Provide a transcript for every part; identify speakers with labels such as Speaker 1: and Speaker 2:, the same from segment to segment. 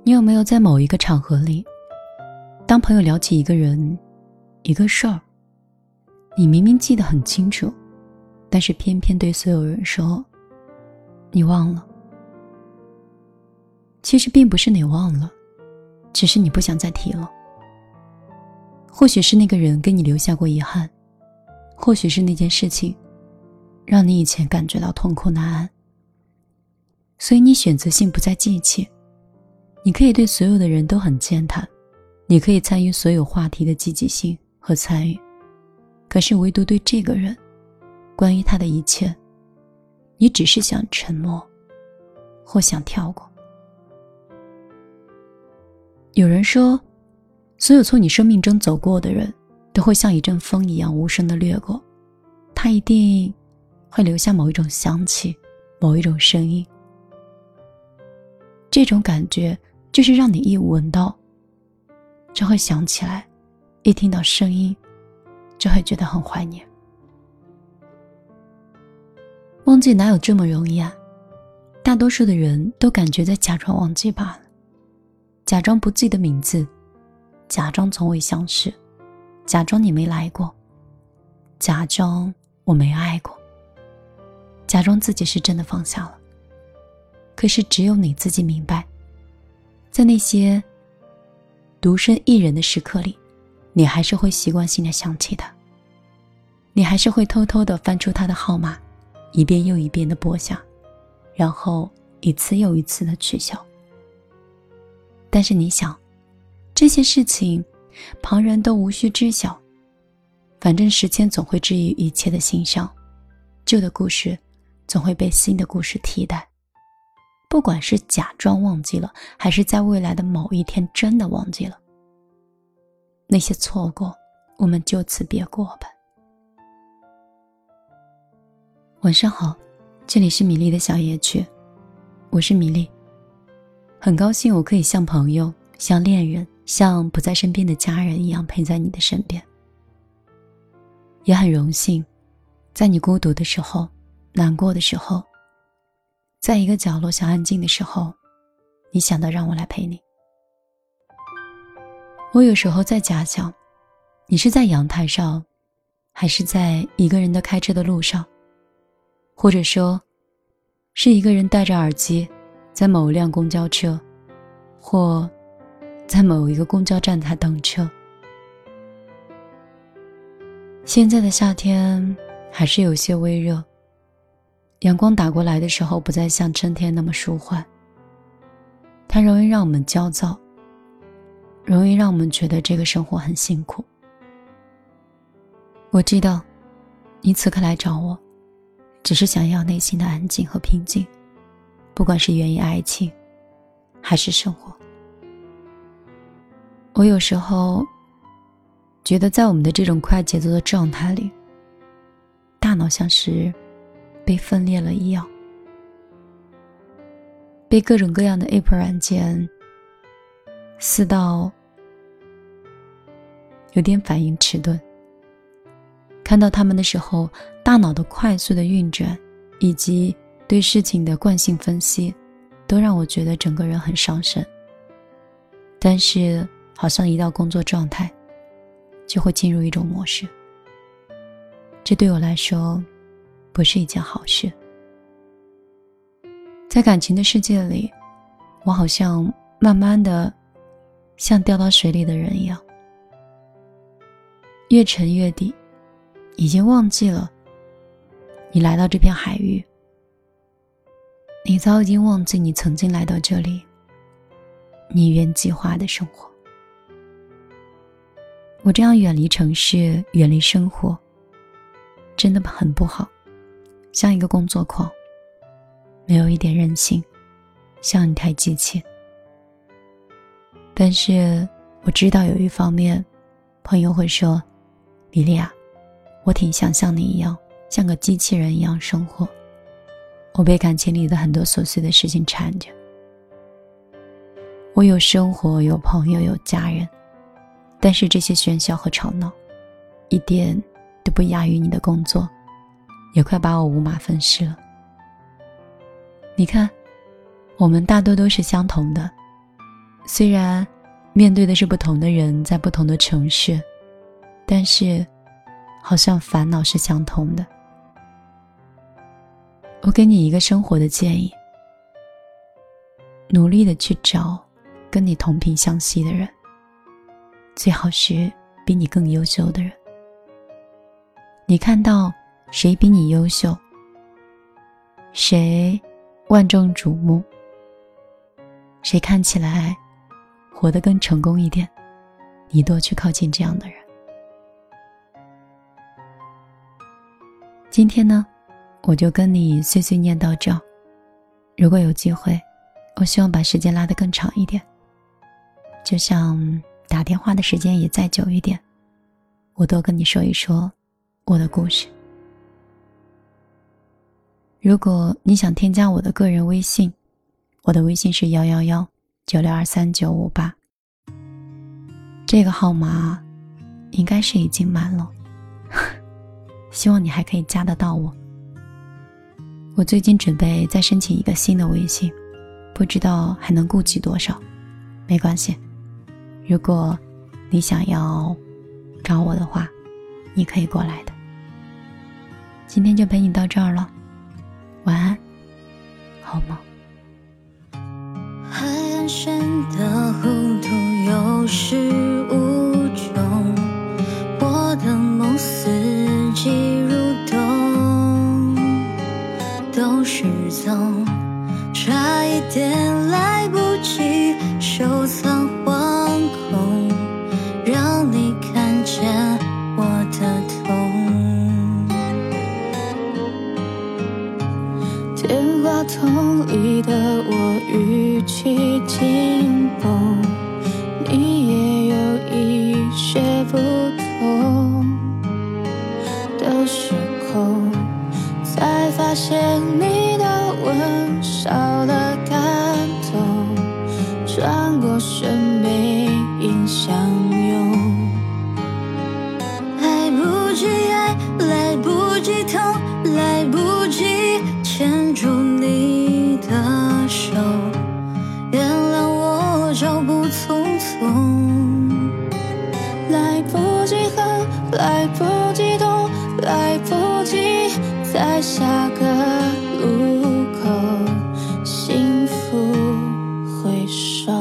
Speaker 1: 你有没有在某一个场合里，当朋友聊起一个人、一个事儿，你明明记得很清楚，但是偏偏对所有人说你忘了。其实并不是你忘了，只是你不想再提了。或许是那个人给你留下过遗憾，或许是那件事情让你以前感觉到痛苦难安，所以你选择性不再记起。你可以对所有的人都很健谈，你可以参与所有话题的积极性和参与，可是唯独对这个人，关于他的一切，你只是想沉默，或想跳过。有人说，所有从你生命中走过的人，都会像一阵风一样无声地掠过，他一定会留下某一种香气，某一种声音。这种感觉就是让你一闻到就会想起来，一听到声音就会觉得很怀念。忘记哪有这么容易啊？大多数的人都感觉在假装忘记罢了，假装不记得名字，假装从未相识，假装你没来过，假装我没爱过，假装自己是真的放下了。可是只有你自己明白，在那些独身一人的时刻里，你还是会习惯性的想起他，你还是会偷偷的翻出他的号码，一遍又一遍的拨下，然后一次又一次的取消。但是你想，这些事情旁人都无需知晓，反正时间总会治愈一切的心伤，旧的故事总会被新的故事替代。不管是假装忘记了，还是在未来的某一天真的忘记了，那些错过，我们就此别过吧。晚上好，这里是米粒的小夜曲，我是米粒。很高兴我可以像朋友，像恋人，像不在身边的家人一样陪在你的身边。也很荣幸，在你孤独的时候，难过的时候，在一个角落想安静的时候，你想到让我来陪你。我有时候在假想，你是在阳台上，还是在一个人的开车的路上，或者说是一个人戴着耳机在某一辆公交车，或在某一个公交站台等车。现在的夏天还是有些微热，阳光打过来的时候不再像春天那么舒缓，它容易让我们焦躁，容易让我们觉得这个生活很辛苦。我知道你此刻来找我，只是想要内心的安静和平静，不管是源于爱情还是生活。我有时候觉得在我们的这种快节奏的状态里，大脑像是被分裂了一样，被各种各样的 app 软件撕到有点反应迟钝。看到它们的时候，大脑的快速的运转以及对事情的惯性分析，都让我觉得整个人很伤神。但是好像一到工作状态，就会进入一种模式，这对我来说不是一件好事。在感情的世界里，我好像慢慢的像掉到水里的人一样，越沉越底，已经忘记了你来到这片海域，你早已经忘记你曾经来到这里，你原计划的生活。我这样远离城市，远离生活，真的很不好，像一个工作狂，没有一点人性，像一台机器。但是我知道有一方面，朋友会说，米莉亚，我挺想像你一样，像个机器人一样生活，我被感情里的很多琐碎的事情缠着。我有生活，有朋友，有家人，但是这些喧嚣和吵闹一点都不亚于你的工作，也快把我五马分尸了。你看，我们大多都是相同的， 虽然面对的是不同的人，在不同的城市，但是好像烦恼是相同的。我给你一个生活的建议，努力的去找跟你同频相吸的人，最好是比你更优秀的人。你看到谁比你优秀，谁万众瞩目，谁看起来活得更成功一点，你多去靠近这样的人。今天呢，我就跟你碎碎念到这。如果有机会，我希望把时间拉得更长一点，就像打电话的时间也再久一点，我多跟你说一说我的故事。如果你想添加我的个人微信，我的微信是111-9623-958，这个号码应该是已经满了，希望你还可以加得到我。我最近准备再申请一个新的微信，不知道还能顾及多少，没关系，如果你想要找我的话，你可以过来的。今天就陪你到这儿了，晚安，好梦。
Speaker 2: 海岸线的弧度有始无终，我的梦四季如冬，都失踪，差一点来不及收藏惶恐，让你看见我的痛。电话筒里的我语气紧绷，你也有一些不同的时空，才发现你的吻少了感动，转过身背影相拥，来不及爱，来不及痛，来不及牵住你的手，原谅我脚步匆匆，来不及恨，来不及痛，来不及在下个路口幸福回首。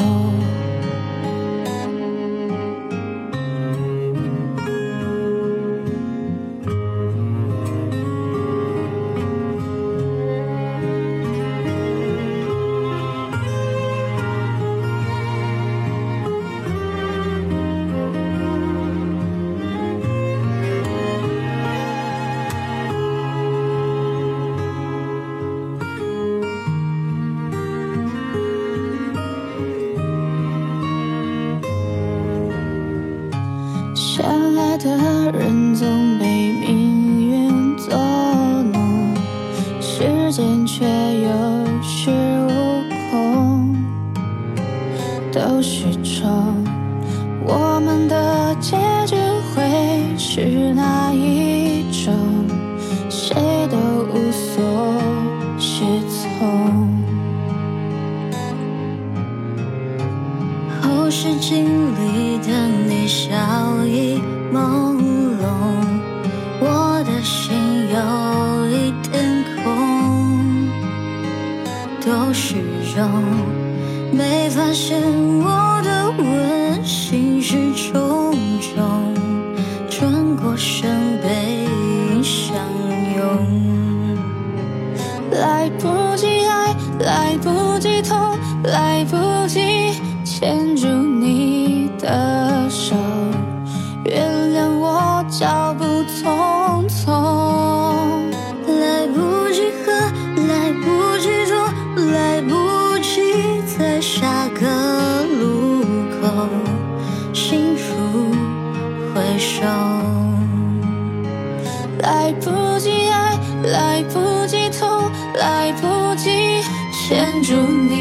Speaker 2: 相爱的人总被命运捉弄，时间却有恃无恐，都是愁。我们的结局会是哪一种？谁都无所适从。后视镜里的你笑意朦胧，我的心有一点空，都是容，没发现我的吻心事重重，转过身背影相拥，来不及爱，来不及痛，来不及牵住你的手，原谅我脚步匆匆，来不及恨，来不及痛，来不及在下个路口幸福回首，来不及爱，来不及痛，来不及牵住你